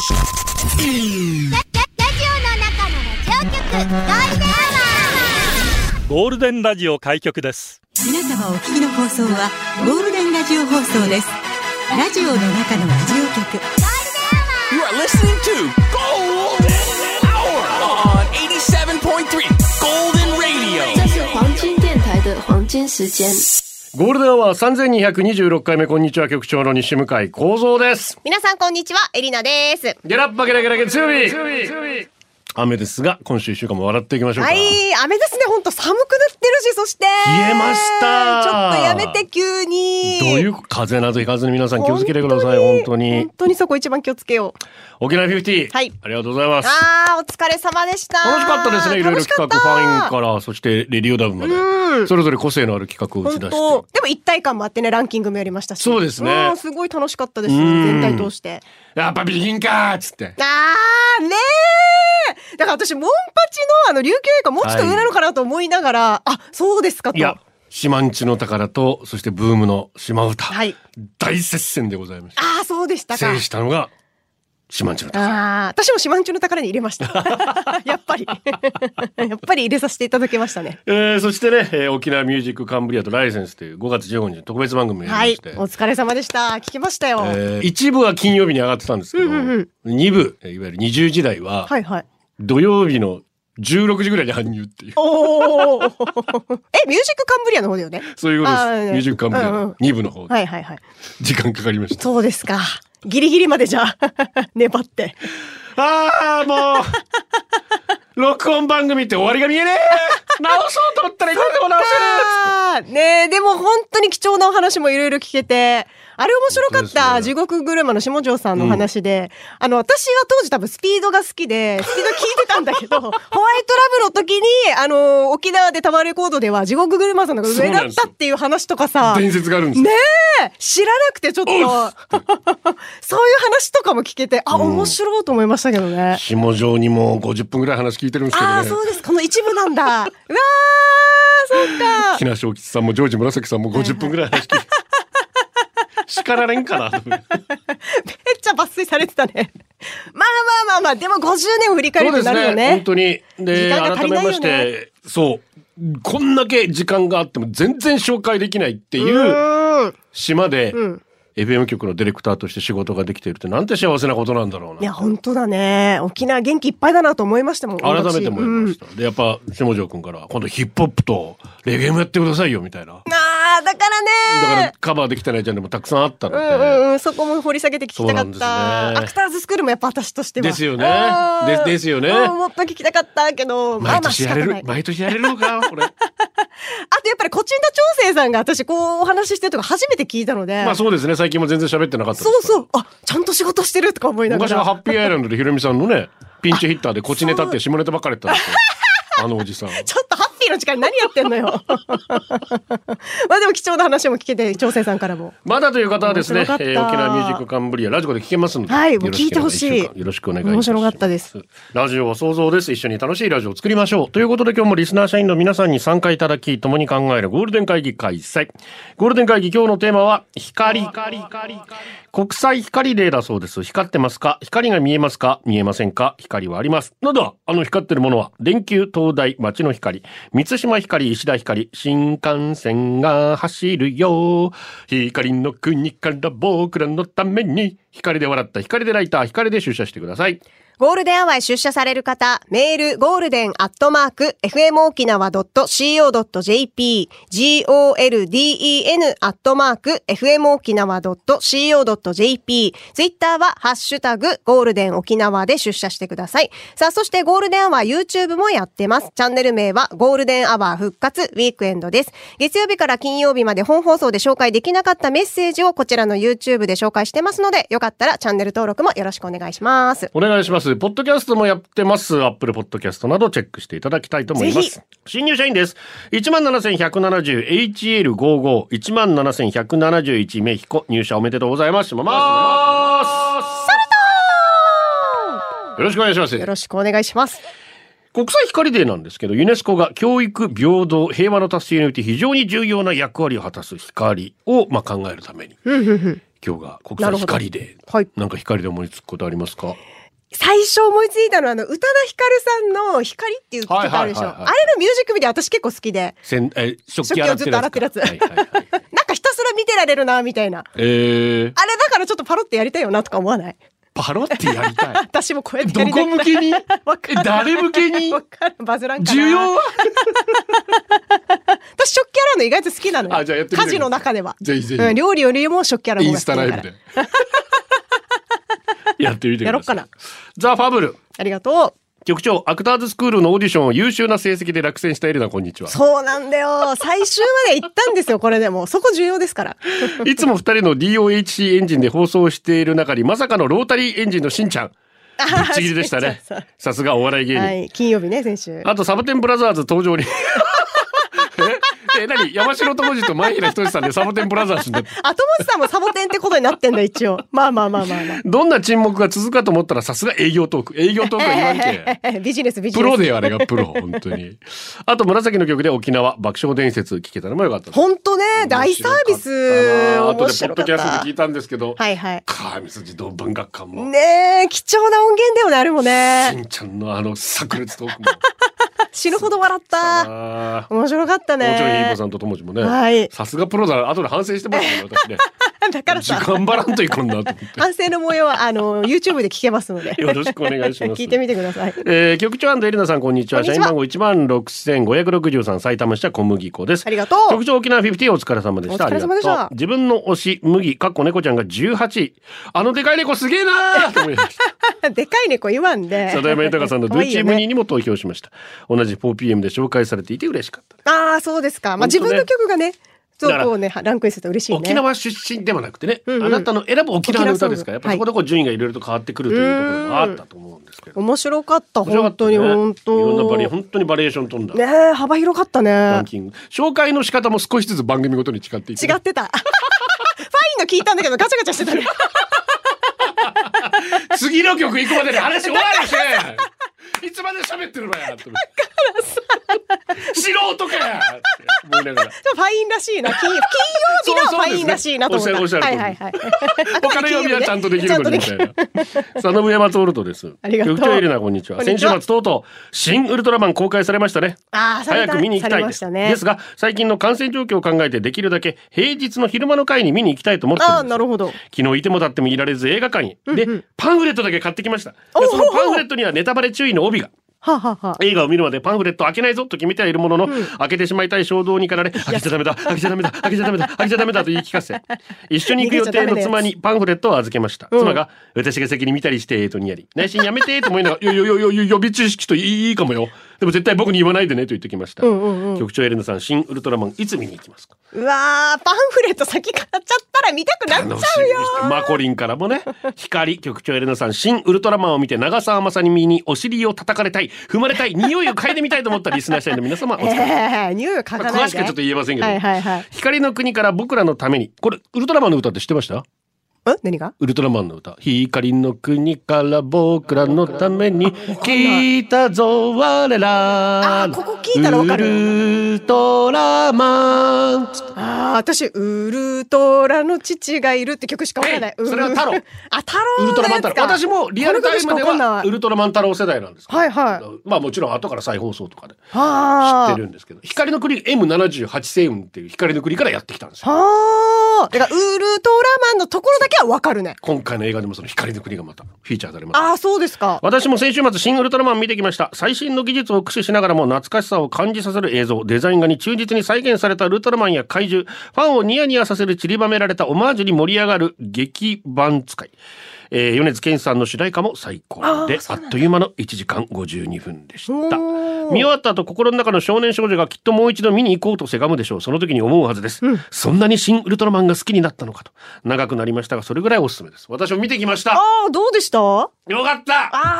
ゴールデンラジオ開局です。 皆様お聞きの放送はゴールデンラジオ放送です。ラジオの中のラジオ局 You are listening to Golden Hour on 87.3 Golden Radio。 这是黄金電台的黄金時間。 ゴールデンアワー3226回目。こんにちは、局長の西向井光三です。 皆さんこんにちは、エリナです。 ゲラッパゲラゲラゲ強い雨ですが、今週1週間も笑っていきましょうか。 はい、雨ですね。ほんと寒くなってるし、そして冷えました。 ちょっとやめて、急に。 どういう風邪などひかずに皆さん気をつけてください。本当にそこ一番気をつけよう。 沖縄50、 はい、 ありがとうございます。 お疲れ様でした。 楽しかったですね。いろいろ企画、ファインからそしてレディオダブまで、それぞれ個性のある企画を打ち出して、 でも一体感もあってね、ランキングもやりましたし。 そうですね、 すごい楽しかったです。全体通して。 やっぱ美品かーっつって。 ねえ、だから私モンパチの琉球映画もうちょっと上なのかなと思いながら、そうですかと。 いや、島んちの宝とそしてブームの島唄、 はい、 大接戦でございました。 そうでしたか。 制したのが島んちの宝。 私も島んちの宝に入れましたやっぱり入れさせていただきましたね。 そしてね、沖縄ミュージックカンブリアとライセンスという5月15日の特別番組をやりまして、 お疲れ様でした。聞きましたよ。 一部は金曜日に上がってたんですけど、2部、いわゆる20時台は土曜日の16時ぐらいに搬入っていう。ミュージックカンブリアの方だよね。 そういうことです。ミュージックカンブリアの2部の方で時間かかりました。 そうですか。ギリギリまでじゃあ粘って。 もう録音番組って終わりが見えねえ。直そうと思ったらいくらでも直せる。 ねえ、でも本当に貴重なお話もいろいろ聞けて、あれ面白かった。地獄車の下條さんの話で、私は当時多分スピードが好きで、スピード聞いてたんだけど、ホワイトラブの時に、沖縄でタワーレコードでは地獄車さんのが上だったっていう話とかさ。 伝説があるんですねえ、知らなくてちょっと、そういう話とかも聞けて、面白いと思いましたけどね。 下條にも50分ぐらい話聞いてるんですけどね。 そうです。この一部なんだ。うわー、そうか。 木梨正吉さんもジョージ紫さんも50分ぐらい話聞いて叱られんかなめっちゃ抜粋されてたね。まあでも50年を振り返るとなるよね。 本当に。で、改めまして、こんだけ時間があっても全然紹介できないっていう島で、FM 局のディレクターとして仕事ができているってなんて幸せなことなんだろうな。 いや本当だね。沖縄元気いっぱいだなと思いましたもん。 改めて思いました。でやっぱ下條くんから今度ヒップホップとレゲエもやってくださいよみたいな。 だからね。 だからカバーできてないジャンルもたくさんあったので、 そこも掘り下げて聞きたかった。アクターズスクールもやっぱ私としてはですよね。ですよね。 もっと聞きたかったけど、 毎年やれるのかこれ。 あとやっぱりコチンダ長生さんが私こうお話ししてるとか初めて聞いたので。 そうですね。最近も全然喋ってなかったです。 そう。ちゃんと仕事してるとか思いながら。 昔はハッピーアイランドでひろみさんのね、ピンチヒッターでコチネタって下ネタばっかりやったんですよ。おじさん。 ちょっとハッピーの時間に何やってんのよ。でも貴重な話も聞けて、長生さんからも。 まだという方はですね、沖縄ミュージックカンブリアラジコで聞けますので、 聞いてほしい。 よろしくお願いします。 面白かったです。 ラジオは想像です。一緒に楽しいラジオを作りましょう。ということで今日もリスナー社員の皆さんに参加いただき、共に考えるゴールデン会議開催。ゴールデン会議今日のテーマは光。国際光デーだそうです。光ってますか？光が見えますか？見えませんか？光はあります。なんだ光ってるものは電球、灯台、街の光、満島光、石田光、新幹線が走るよ。光の国から僕らのために、光で笑った、光でライター、光で出社してください。 ゴールデンアワーへ出社される方、メール、ゴールデン@fmokinawa.co.jp、golden@fmokinawa.co.jp、ツイッターはハッシュタグ、ゴールデン沖縄で出社してください。さあ、そしてゴールデンアワー YouTube もやってます。チャンネル名はゴールデンアワー復活ウィークエンドです。月曜日から金曜日まで本放送で紹介できなかったメッセージをこちらの YouTube で紹介してますので、よかったらチャンネル登録もよろしくお願いします。 お願いします。ポッドキャストもやってます。アップルポッドキャストなどチェックしていただきたいと思います。新入社員です。17,170HL55 17,171メヒコ入社おめでとうございます。よろしくお願いします。 よろしくお願いします。 国際光デーなんですけど、ユネスコが教育、平等、平和の達成において非常に重要な役割を果たす光を考えるために今日が国際光デー。 はい。 なんか光で思いつくことありますか？ 最初思いついたのは宇多田ヒカルさんの光っていう曲あるでしょ。あれのミュージックビデオ私結構好きで。 食器をずっと洗ってるやつ。なんかひたすら見てられるなみたいな。あれだからちょっとパロってやりたいよなとか思わない？ パロってやりたい。 私もこうやってやりたい。 どこ向けに？誰向けに？ バズらんかな。 需要は？ 私食器洗うの意外と好きなのよ。 じゃあやってみて。 家事の中では。 ぜひぜひ。 料理よりも食器洗うのが好きだから。インスタライブで。やってみてください。やろっかな。 ザ・ファブル。 ありがとう。 局長、アクターズスクールのオーディションを優秀な成績で落選したエレナ、こんにちは。 そうなんだよ。最終まで行ったんですよ、これでも。そこ重要ですから。 いつも2人の DOHC エンジンで放送している中に、まさかのロータリーエンジンのしんちゃん。ぶっちぎりでしたね。さすがお笑い芸人。はい、 金曜日ね、先週。 あと、サボテンブラザーズ登場に。何山城智司と前平仁さんでサボテンブラザーズになって。 友司さんもサボテンってことになってんだ、一応。まあ。 どんな沈黙が続くかと思ったら、さすが営業トーク。営業トークは言わんけ。 ビジネス。 プロであれがプロ、本当に。あと、紫の曲で沖縄爆笑伝説聞けたのもよかった。 本当ね、大サービス。 あとでポッドキャストで聞いたんですけど。 はいはい。 神筋同文学館も。 ねえ、貴重な音源だよね、あれもね。 しんちゃんの炸裂トークも。 死ぬほど笑った。面白かったね。 もちろんひいこさんとともちもね。 はい。 さすがプロだ。後で反省してますね、私ね。 だからさ。 時間ばらんといかんなと思って。 反省の模様はYouTube で聞けますので。 よろしくお願いします。 聞いてみてください。 局長&エリナさんこんにちは。社員番号16563埼玉市小麦粉です。 ありがとう。 局長沖縄50お疲れ様でした。 お疲れ様でした。 自分の推し麦かっこ猫ちゃんが18位。あのでかい猫すげえなーと思いました。 でかい猫言わんで。 佐田山豊さんのドゥーチーム2にも投票しました。同じ 4PM で紹介されていて嬉しかったです。 ああ、そうですか。まあ自分の曲がね。そうこうねランクインすると嬉しいね。 沖縄出身ではなくてね、あなたの選ぶ沖縄の歌ですから、やっぱそこでこう順位がいろいろと変わってくるというところがあったと思うんですけど。 面白かった、本当に本当。 いろんな本当にバリエーション飛んだ。 ねえ、幅広かったね。 ランキング紹介の仕方も少しずつ番組ごとに違っていて。 違ってた。ファインの聞いたんだけどガチャガチャしてたね。 次の曲行くまでに話終わらせ。いつまで喋ってるのや。だからさ。素人かや。思いながら。 ファインらしいな。金曜日のファインらしいなと思った。 おっしゃる通り。 はいはい。 他の曜日はちゃんとできるのにみたいな。佐野山トールトです。 ありがとう。 局長エレナこんにちは。先週末とうとう新ウルトラマン公開されましたね。早く見に行きたいです。ですが最近の感染状況を考えてできるだけ平日の昼間の回に見に行きたいと思ってるんです。 なるほど。 昨日いても立ってもいられず映画館へ。でパンフレットだけ買ってきました。そのパンフレットにはネタバレ注意の帯が。映画を見るまでパンフレット開けないぞと決めてはいるものの、開けてしまいたい衝動に駆られ、開けちゃダメだ開けちゃダメだ開けちゃダメだ開けちゃダメだと言い聞かせ、一緒に行く予定の妻にパンフレットを預けました。妻が私が先に見たりしてとにやり、内心やめてと思いながら、予備知識といいかもよ、でも絶対僕に言わないでねと言ってきました。局長エレナさん、新ウルトラマンいつ見に行きますか？ うわー、パンフレット先買っちゃったら見たくなっちゃうよ。 マコリンからもね、光局長エレナさん、新ウルトラマンを見て長澤まさみにお尻を叩かれたい、踏まれたい、匂いを嗅いでみたいと思ったリスナー社員の皆様、お疲れ。 匂いを嗅がないで。 詳しくちょっと言えませんけど、光の国から僕らのために、これウルトラマンの歌って知ってました？ 何が？ ウルトラマンの歌。光の国から僕らのために来たぞ我ら。 ここ聞いたらわかる。 ウルトラマン。 私ウルトラの父がいるって曲しかわからない。 それは太郎。 太郎。 ウルトラマン太郎。私もリアルタイムではウルトラマン太郎世代なんですけど。まあもちろん後から再放送とかで知ってるんですけど、光の国 M78 星雲っていう光の国からやってきたんですよ。 だからウルトラマンのところだけはわかるね。 今回の映画でもその光の国がまたフィーチャーされます。 そうですか。 私も先週末新ウルトラマン見てきました。最新の技術を駆使しながらも懐かしさを感じさせる映像、デザイン画に忠実に再現されたウルトラマンや怪獣、ファンをニヤニヤさせる散りばめられたオマージュに盛り上がる劇版使い、米津玄師さんの主題歌も最高で、あっという間の1時間52分でした。見終わった後、心の中の少年少女がきっともう一度見に行こうとせがむでしょう。その時に思うはずです。そんなに新ウルトラマンが好きになったのかと。長くなりましたが、それぐらいおすすめです。私も見てきました。 どうでした？よかった。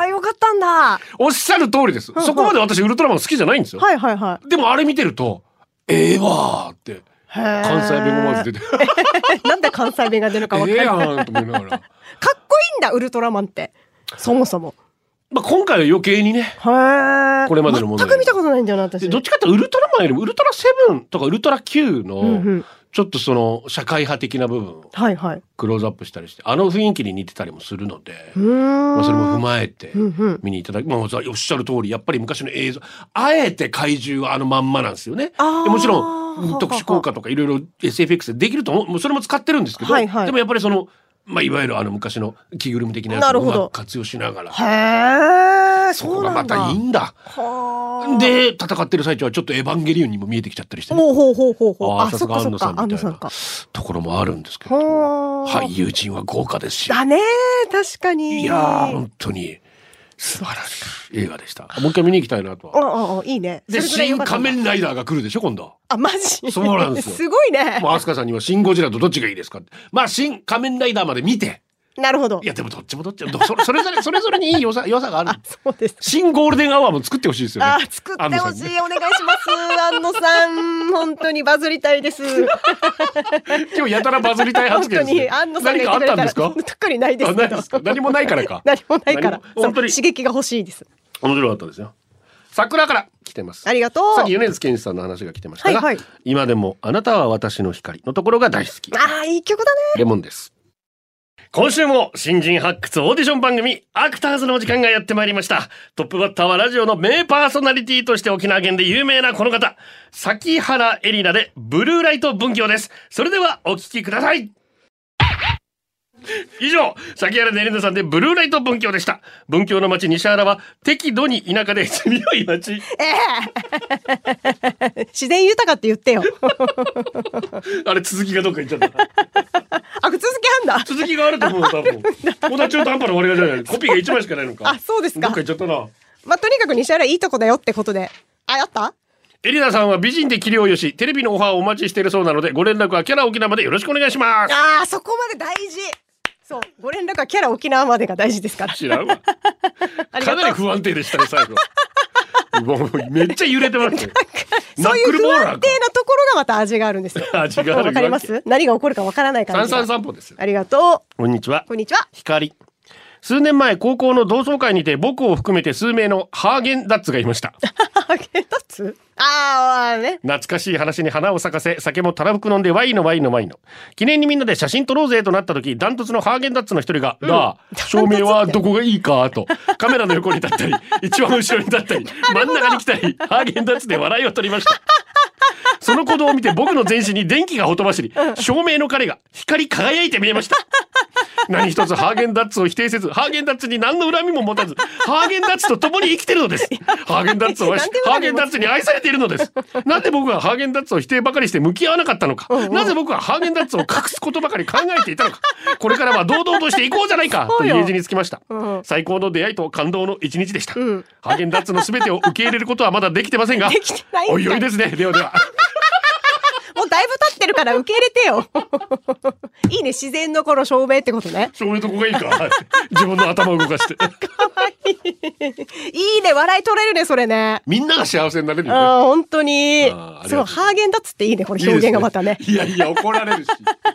よかったんだ。 おっしゃる通りです。そこまで私ウルトラマン好きじゃないんですよ。でもあれ見てると、わーって。関西弁もまず出てなんで関西弁が出るか分からない。 やんと思いながら。 かっこいいんだウルトラマンって。そもそも。 今回は余計にね。これまでのもの。 全く見たことないんだよな私。 どっちかってウルトラマンよりもウルトラセブンとかウルトラ Q のちょっとその社会派的な部分をはいはい。 クローズアップしたりして、あの雰囲気に似てたりもするので、 うーん。 まあ、それも踏まえてうんうん見にいただき、まあ、おっしゃる通りやっぱり昔の映像、あえて怪獣はあのまんまなんですよね。 あーでもちろん特殊効果とかいろいろ SFX でできると思う、もうそれも使ってるんですけど、 はいはいでもやっぱりその、まあ、いわゆるあの昔の着ぐるみ的なやつをうまく活用しながら、 へえ、 そこがまたいいんだ。 はあ。 で戦ってる最中はちょっとエヴァンゲリオンにも見えてきちゃったりしてね、 ほうほうほうほうほう。 ああさすが安野さんみたいな安野さんか。 ところもあるんですけど、 はあ。 俳優陣は豪華ですし、 だね、確かに。 いやー本当に素晴らしい映画でした。もう一回見に行きたいなとは。 いいね。 で、 それぐらい良新かったんだ仮面ライダーが来るでしょ今度。 あ、マジ？ そうなんですよすごいね。 もう飛鳥さんには新ゴジラとどっちがいいですかって。まあ新仮面ライダーまで見て。 なるほどい。やでもどっちもそれぞれにいい良さがある。 そうです。 新ゴールデンアワーも作ってほしいですよね。 あ、作ってほしい。お願いします。安野さん、本当にバズりたいです。 今日やたらバズりたい発言ですね。 本当に安野さんが何かあったんですか？ 特にないですあ、 けど。 何ですか？何もないからか。 何もないから。 本当にそう刺激が欲しいです。 面白かったですよ。桜から来てます。 ありがとう。 さっき米津玄師さんの話が来てましたが、 はいはい今でもあなたは私の光のところが大好き。 ああ、いい曲だね。 レモンです。今週も新人発掘オーディション番組アクターズのお時間がやってまいりました。トップバッターはラジオの名パーソナリティとして沖縄県で有名なこの方、崎原エリナでブルーライト文教です。それではお聞きください。以上、崎原エリナさんでブルーライト文教でした。文教の町西原は適度に田舎で住みよい町。 自然豊かって言ってよ。 あれ続きがどっか行っちゃった。 あ、続きあんだ。 続きがあると思う多分。こんな中途半端な割合じゃない。コピーが1枚しかないのか。 あ、そうですかどっか行っちゃったな。 まあ、とにかく西原いいとこだよってことで。あ、やった？ エリナさんは美人で器量よし、テレビのオファーをお待ちしているそうなので、ご連絡はキャラ沖縄までよろしくお願いします。 ああ、そこまで大事。そう、ご連絡はキャラ沖縄までが大事ですから。 知らんわ。 ありがとうかなり不安定でしたね、最後。もうめっちゃ揺れてますね。 そういう不安定なところがまた味があるんですよ。 味がある。 わかります？何が起こるかわからない感じが。 三三散歩ですよ。 ありがとう。 こんにちは。 こんにちは。 光。数年前、高校の同窓会にて僕を含めて数名のハーゲンダッツがいました。 ハーゲンダッツ？ああ、ね。 懐かしい話に花を咲かせ、酒もたらふく飲んでワイの。記念にみんなで写真撮ろうぜとなった時、ダントツのハーゲンダッツの一人が、照明はどこがいいかと、カメラの横に立ったり、一番後ろに立ったり、真ん中に来たり、ハーゲンダッツで笑いを取りました。その行動を見て僕の全身に電気がほとばしり、照明の彼が光り輝いて見えました。何一つハーゲンダッツを否定せず、ハーゲンダッツに何の恨みも持たず、ハーゲンダッツと共に生きてるのです。ハーゲンダッツを愛し、ハーゲンダッツに愛されているのです。なんで僕はハーゲンダッツを否定ばかりして向き合わなかったのか。なぜ僕はハーゲンダッツを隠すことばかり考えていたのか。これからは堂々としていこうじゃないかという家路につきました。最高の出会いと感動の一日でした。ハーゲンダッツの全てを受け入れることはまだできてませんが、おいおいですね。ではでは。 もうだいぶ経ってるから受け入れてよ。いいね、自然のこの照明ってことね。 照明どこがいいか。自分の頭を動かして。 かわいい。いいね、笑い取れるね、それね。 みんなが幸せになれるよね。 ああ、本当に。 そう、 ハーゲンダッツっていいね、これ表現がまたね。 いやいや、怒られるし。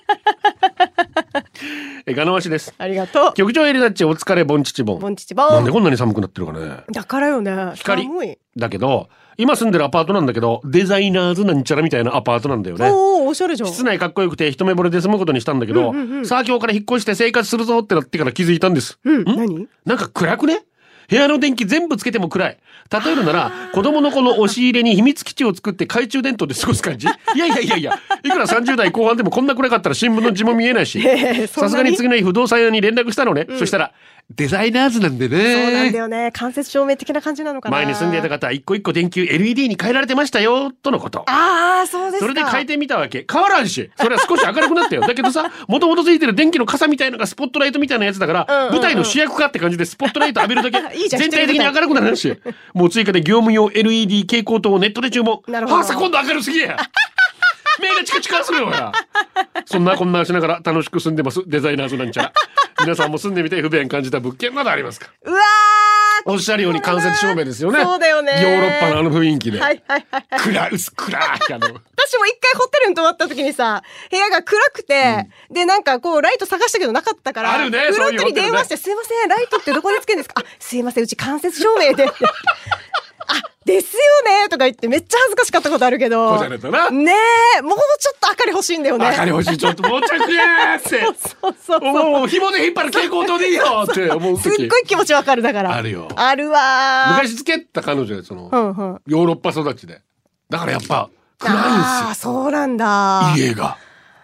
ガナワシです。 ありがとう。 局長エリナッチお疲れボンチチボン。 ボンチチボン。 なんでこんなに寒くなってるかね。 だからよね。 光だけど、今住んでるアパートなんだけど、デザイナーズなんちゃらみたいなアパートなんだよね。 おー、おしゃれじゃん。 室内かっこよくて一目惚れで住むことにしたんだけど、さあ今日から引っ越して生活するぞってなってから気づいたんです。 何？ なんか暗くね？部屋の電気全部つけても暗い。例えるなら、子供の子の押し入れに秘密基地を作って懐中電灯で過ごす感じ？いや、いくら30代後半でもこんな暗かったら新聞の字も見えないし、さすがに次の日不動産屋に連絡したのね。そしたら、デザイナーズなんでね。 そうなんだよね。間接照明的な感じなのかな。 前に住んでいた方は一個一個電球 LED に変えられてましたよ、とのこと。 ああ、そうですか。 それで変えてみたわけ。変わらんし。それは少し明るくなったよ。だけどさ、もともとついてる電気の傘みたいのがスポットライトみたいなやつだから、舞台の主役かって感じでスポットライト浴びるだけ、 いいじゃん全体的に明るくなるし。もう追加で業務用 LED 蛍光灯をネットで注文。 なるほど。 はあ、さ、今度明るすぎや。目がチカチカするよや。そんなこんなしながら楽しく住んでます。デザイナーズなんちゃら。皆さんも住んでみて不便感じた物件などありますか？ うわー、 おっしゃるように間接照明ですよね。 そうだよね。 ヨーロッパのあの雰囲気で。 はいはいはい。 薄暗い。 私も一回ホテルに泊まった時にさ、部屋が暗くて、でなんかこうライト探したけどなかったから、 あるね、 フロントに電話して、すいません、ライトってどこでつけるんですか？あ、すいません、うち間接照明で。あ、 ですよねとか言ってめっちゃ恥ずかしかったことあるけど。 こうじゃねえとな。 ねえ、もうちょっと明かり欲しいんだよね。 明かり欲しい、ちょっともうちょいくれーって。 そうもう紐で引っ張る蛍光灯でいいよって思う時。 すっごい気持ちわかるだから。 あるよ。 あるわー。 昔付き合った彼女でヨーロッパ育ちで。だからやっぱ暗いんですよ。 ああ、そうなんだ。 家が。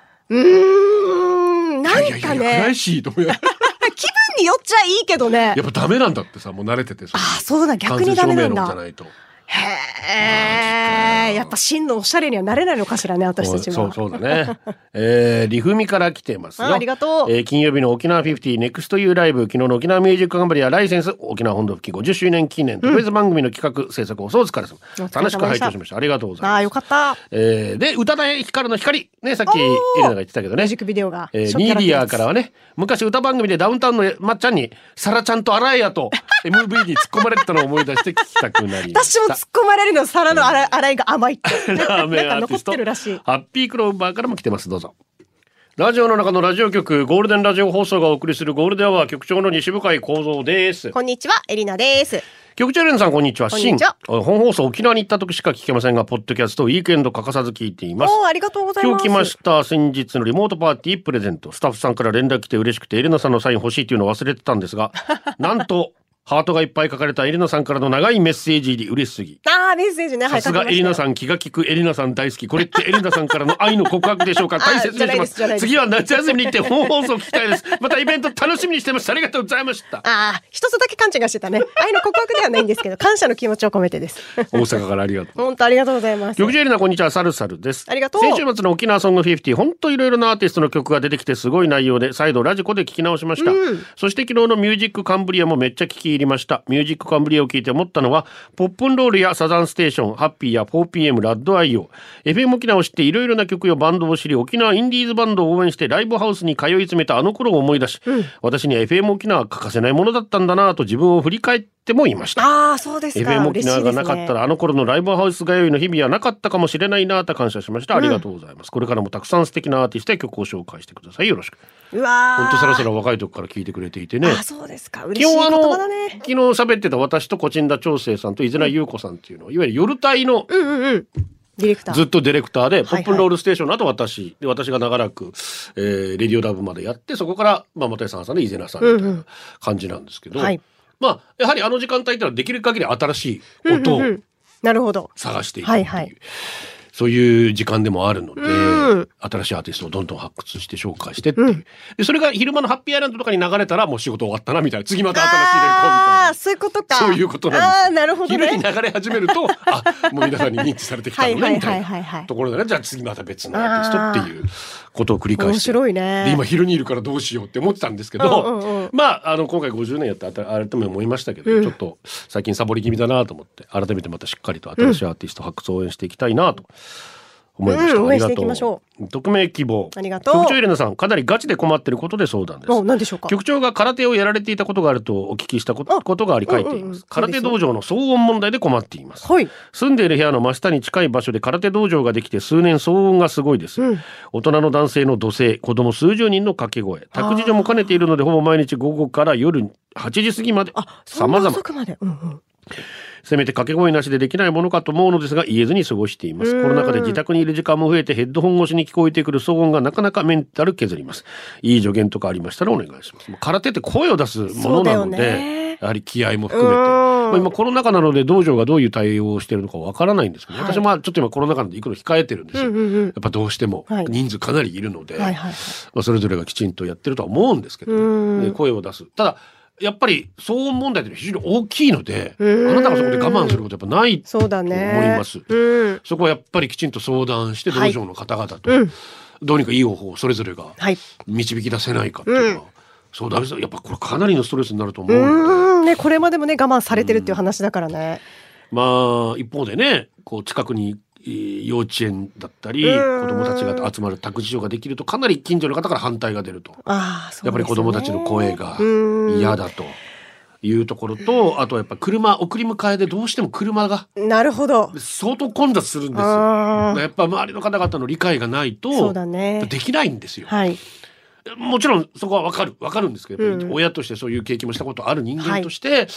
なんかね。 いや暗いしと思うよ。 気分によっちゃいいけどね。 やっぱダメなんだってさ、もう慣れてて。 あ、そうだ、逆にダメなんだ。 完全照明のじゃないと。 へえ、やっぱ真のおしゃれにはなれないのかしらね、私たちは。 そうだね。リフミから来てますよ。 ありがとう。 金曜日の沖縄50ネクストユーライブ、昨日の沖縄ミュージックカンパニーやライセンス沖縄本土復帰50周年記念特別番組の企画制作をお疲れ様。楽しく拝聴しました。ありがとうございます。 あ、よかった。 で、宇多田ヒカルの光ね、さっきエレナが言ってたけどね。 ミュージックビデオが。 ニーディアからはね、昔歌番組でダウンタウンのまっちゃんにサラちゃんと洗えやと MV に突っ込まれてたのを思い出して聞きたくなりました。 私も突っ込まれるの皿の洗いが甘いって。 ラーメンアーティストなんか残ってるらしい。 ハッピークローバーからも来てます。どうぞ。ラジオの中のラジオ局ゴールデンラジオ放送がお送りするゴールデンアワー、局長の西向井光三です。 こんにちは、エリナです。 局長エレナさん、こんにちは。 こんにちは。 本放送沖縄に行った時しか聞けませんが、ポッドキャストウィークエンド欠かさず聞いています。 ありがとうございます。 今日来ました。先日のリモートパーティープレゼント、スタッフさんから連絡来て嬉しくてエレナさんのサイン欲しいっていうのを忘れてたんですがなんとハートがいっぱい書かれたエリナさんからの長いメッセージ入り嬉しすぎ。 メッセージね。 さすがエリナさん、気が利くエリナさん大好き。これってエリナさんからの愛の告白でしょうか。大切にします。次は夏休みに行って本放送聞きたいです。またイベント楽しみにしてます。ありがとうございました。 一つだけ勘違いしてたね。愛の告白ではないんですけど、感謝の気持ちを込めてです。 大阪からありがとう。 本当ありがとうございます。 局長エリナ、こんにちは。サルサルです。 ありがとう。 先週末の沖縄ソング50、本当いろいろなアーティストの曲が出てきてすごい内容で、再度ラジコで聞き直しました。そして昨日のミュージックカンブリアもめっちゃ聞き入りました。ミュージックカンブリアを聞いて思ったのは、ポップンロールやサザンステーション、ハッピーや 4PM、ラッドアイオ、FM 沖縄を知っていろいろな曲やバンドを知り、沖縄インディーズバンドを応援してライブハウスに通い詰めたあの頃を思い出し、私には FM 沖縄は欠かせないものだったんだなと自分を振り返ってもいました。 そうですか。 FM 沖縄がなかったら、あの頃のライブハウス通いの日々はなかったかもしれないなと感謝しました。ありがとうございます。これからもたくさん素敵なアーティストや曲を紹介してください。よろしく。 うわー、 本当さらさら若い時から聞いてくれていてね。 そうですか。嬉しい言葉だね。 昨日喋ってた私とコチンダ長生さんと伊豆名優子さんっていうのは、いわゆる夜帯のディレクター、 ずっとディレクターで、ポップンロールステーションの後私が長らく、レディオラブまでやって、そこから又吉さんで伊豆名さんみたいな感じなんですけど、やはりあの時間帯ってのはできる限り新しい音を探していくっていう、そういう時間でもあるので、新しいアーティストをどんどん発掘して紹介してっていう、でそれが昼間のハッピーアイランドとかに流れたらもう仕事終わったなみたいな、次また新しいレコみたいな、 そういうことか。 そういうことなんです。 なるほどね。 昼に流れ始めるともう皆さんに認知されてきたのねみたいなところでね、じゃあ次また別のアーティストっていうことを繰り返して、 面白いね。 で今昼にいるからどうしようって思ってたんですけど、今回50年やって改め思いましたけど、ちょっと最近サボり気味だなと思って、改めてまたしっかりと新しいアーティスト発掘を応援していきたいなと思いました。 応援していきましょう。匿名希望。 ありがとう。 局長エレナさん、かなりガチで困っていることで相談です。 何でしょうか。 局長が空手をやられていたことがあるとお聞きしたことがあり書いています。空手道場の騒音問題で困っています。住んでいる部屋の真下に近い場所で空手道場ができて数年、騒音がすごいです。大人の男性の怒声、子供数十人の掛け声、託児所も兼ねているのでほぼ毎日午後から夜8時過ぎまで様々。せめて掛け声なしでできないものかと思うのですが、言えずに過ごしています。コロナ禍で自宅にいる時間も増えて、ヘッドホン越しに聞こえてくる騒音がなかなかメンタル削ります。いい助言とかありましたらお願いします。空手って声を出すものなので、やはり気合も含めて、今コロナ禍なので道場がどういう対応をしているのかわからないんですけど、私もちょっと今コロナ禍で行くの控えてるんですよ。やっぱどうしても人数かなりいるので、それぞれがきちんとやってるとは思うんですけど、声を出す。ただやっぱり騒音問題って非常に大きいので、あなたがそこで我慢することはやっぱないと思います。そこはやっぱりきちんと相談して道場の方々とどうにかいい方法をそれぞれが導き出せないかっていうのは、そうだ、やっぱこれかなりのストレスになると思うので、 これまでもね我慢されてるっていう話だからね。 一方でね、こう近くに幼稚園だったり子どもたちが集まる託児所ができると、かなり近所の方から反対が出ると、やっぱり子どもたちの声が嫌だというところと、あとはやっぱ車送り迎えでどうしても車が相当混雑するんですよ。やっぱ周りの方々の理解がないとできないんですよ。もちろんそこは分かるんですけど、親としてそういう経験もしたことある人間として、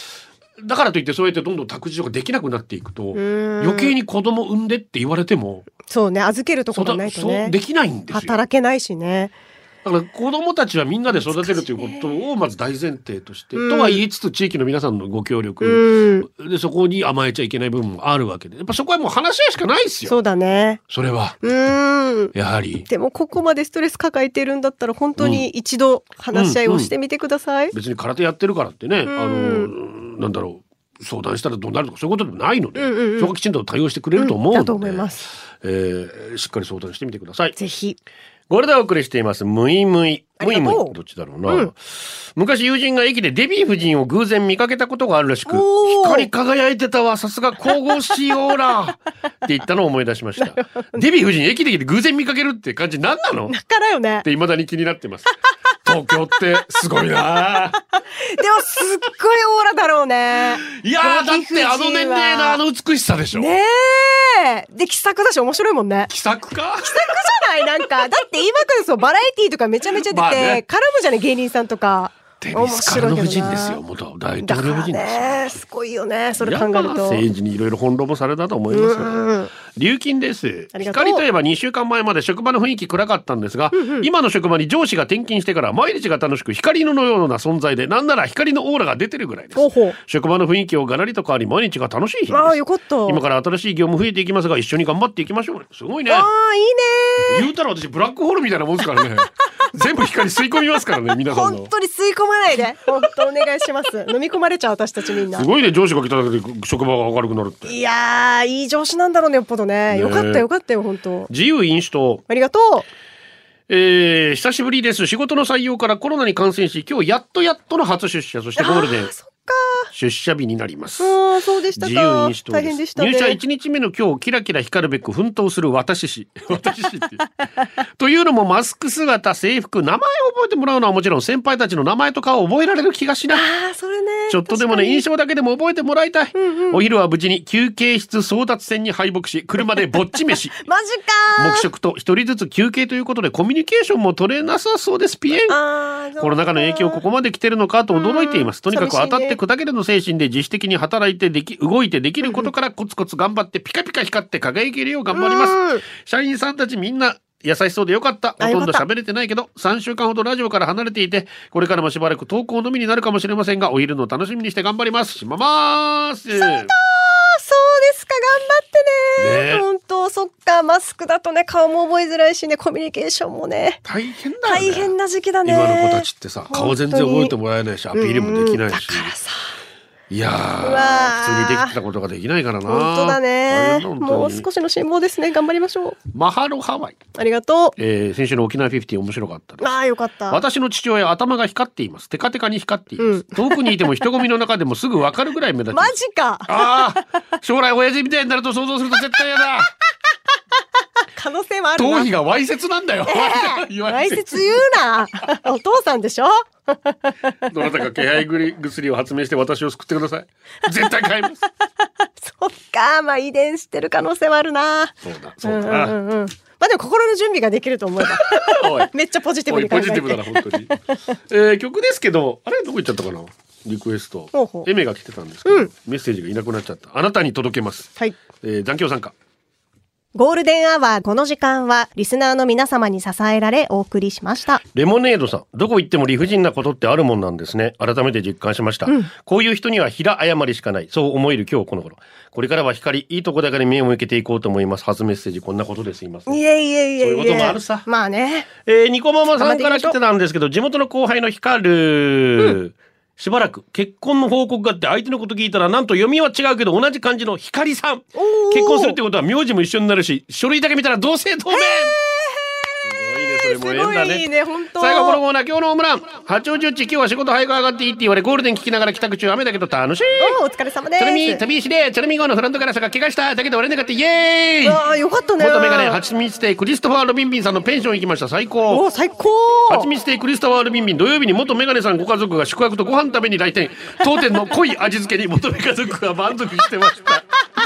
だからといってそうやってどんどん託児所ができなくなっていくと余計に子供産んでって言われてもそうね、預けるところがないとねそうできないんですよ。 働けないしね。 だから子供たちはみんなで育てるということをまず大前提として、とは言いつつ地域の皆さんのご協力、でそこに甘えちゃいけない部分もあるわけで、やっぱそこはもう話し合いしかないですよ。 そうだね。 それはやはりでもここまでストレス抱えてるんだったら本当に一度話し合いをしてみてください。 別に空手やってるからってね、なんだろう、相談したらどうなるとかそういうことでもないので、そこはきちんと対応してくれると思うので、 だと思います。 しっかり相談してみてください。 ぜひ。 これでお送りしていますムイムイどっちだろうな、昔友人が駅でデヴィ夫人を偶然見かけたことがあるらしく、光り輝いてたわ、さすが神々しいオーラって言ったのを思い出しました。デヴィ夫人駅で偶然見かけるって感じ何なの？ だからよねって未だに気になってます。東京ってすごいな。でもすっごいオーラだろうね。 いやー、だってあの年齢のあの美しさでしょ。 ねえ。で気さくだし面白いもんね。 気さくか？気さくじゃない？なんかだって今からそうバラエティーとかめちゃめちゃ出て、絡むじゃない芸人さんとか。 テニスからの夫人ですよ。元大統領夫人ですよ。 ね、すごいよね。それ考えると。 政治にいろいろ翻弄もされたと思いますよ。龍金です。光といえば2週間前まで職場の雰囲気暗かったんですが、今の職場に上司が転勤してから毎日が楽しく光のような存在で、なんなら光のオーラが出てるぐらいです。職場の雰囲気をがらりと変わり毎日が楽しい日です。 ああよかった。今から新しい業務増えていきますが一緒に頑張っていきましょう。すごいね。 ああいいね。 言うたら私ブラックホールみたいなもんですからね。全部光吸い込みますからね皆さんの。 本当に吸い込まないで。本当お願いします。飲み込まれちゃう私たちみんな。 すごいね、上司が来ただけで職場が明るくなるって。 いやーいい上司なんだろうねよっぽどね。よかったよかったよ本当。 自由民主党ありがとう。 久しぶりです。仕事の採用からコロナに感染し今日やっとの初出社、そしてゴールデン出社日になります。 そうでしたか。 自由民主党です。 大変でしたね。 入社1日目の今日キラキラ光るべく奮闘する私氏ってというのもマスク姿制服名前を覚えてもらうのはもちろん先輩たちの名前と顔を覚えられる気がしない。 それね、 ちょっとでもね印象だけでも覚えてもらいたい。お昼は無事に休憩室争奪戦に敗北し車でぼっち飯マジか。 黙食と一人ずつ休憩ということでコミュニケーションも取れなさそうです。ピエン。コロナ禍の影響ここまで来てるのかと驚いています。とにかく当たって砕けるの精神で自主的に働いて動いてできることからコツコツ頑張ってピカピカ光って輝けるよう頑張ります。社員さんたちみんな優しそうでよかった。ほとんど喋れてないけど3週間ほどラジオから離れていてこれからもしばらく投稿のみになるかもしれませんがお昼の楽しみにして頑張ります。しままーす。そうですか、頑張ってね。本当そっか、マスクだとね顔も覚えづらいしね、コミュニケーションもね大変だよね。 大変な時期だね。 今の子たちってさ顔全然覚えてもらえないしアピールもできないし、 だからさいや普通にできてたことができないからな。 本当だね。もう少しの辛抱ですね。頑張りましょう。 マハロハワイありがとう。 先週の沖縄50面白かったです。 よかった。 私の父親頭が光っています。テカテカに光っています、遠くにいても人混みの中でもすぐ分かるぐらい目立ちます。 マジか。 将来親父みたいになると想像すると絶対嫌だ。 可能性もあるな。 頭皮がわいせつなんだよ。 わいせつ言うな。お父さんでしょ。 どなたか気配薬を発明して私を救ってください。絶対買います。 そっか、まあ遺伝してる可能性はあるな。 そうだな。 まあでも心の準備ができると思えばめっちゃポジティブに考えて。 ポジティブだな本当に。曲ですけどあれどこ行っちゃったかな。リクエストエメが来てたんですけど、メッセージがいなくなっちゃった。あなたに届けます。 はい。 残響参加。 ゴールデンアワーこの時間はリスナーの皆様に支えられお送りしました。 レモネードさん、どこ行っても理不尽なことってあるもんなんですね。改めて実感しました、こういう人には平謝りしかない、そう思える今日この頃。これからは光いいとこだけで目を向けていこうと思います。初メッセージこんなことですいません。 いえそういうこともあるさ。 まあね。 ニコママさんから来てたんですけど地元の後輩の光、しばらく結婚の報告があって相手のこと聞いたらなんと読みは違うけど同じ漢字の光さん。結婚するってことは名字も一緒になるし書類だけ見たら同姓同名。すごいね、それも縁だね。 いいね、本当。 最後このコーナー今日のホームラン。八王子っち今日は仕事早く上がっていいって言われゴールデン聞きながら帰宅中雨だけど楽しい。 お疲れ様です。 チョルミ旅石でチョルミ号のフロントガラスが怪我しただけど割れなかったイエーイ。 よかったね。 元メガネハチミツテイクリストファー・ロビンビンさんのペンション行きました。最高。 お最高。 ハチミツテイクリストファー・ロビンビン土曜日に元メガネさんご家族が宿泊とご飯食べに来店。当店の濃い味付けに元メ家族が満足してました。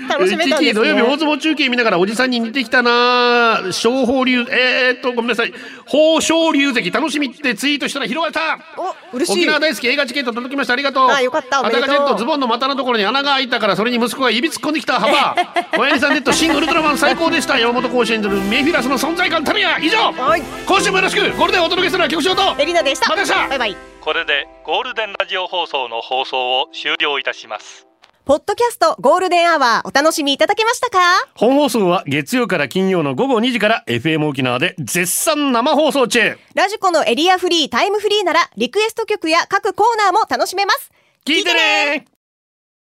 楽しめたんですね。 土曜日大相撲中継見ながらおじさんに似てきたな。小宝龍ごめんなさい、豊昇龍関楽しみってツイートしたら拾われた。 お、嬉しい。 沖縄大好き映画チケット届きました、ありがとう。 あ、よかった、おめでとう。 アタカジェットズボンの股のところに穴が開いたから、それに息子が指突っ込んできた幅小柳さんネット新ウルトラマン最高でした。山本甲子園ずるメフィラスの存在感たるや。以上、 はい、 今週もよろしく。ゴールデンお届けするのは局長とエリナでした。 また明日。 バイバイ。 これでゴールデンラジオ放送の放送を終了いたします。 ポッドキャストゴールデンアワーお楽しみいただけましたか？ 本放送は月曜から金曜の午後2時から FM 沖縄で絶賛生放送中。 ラジコのエリアフリータイムフリーならリクエスト曲や各コーナーも楽しめます。 聞いてね。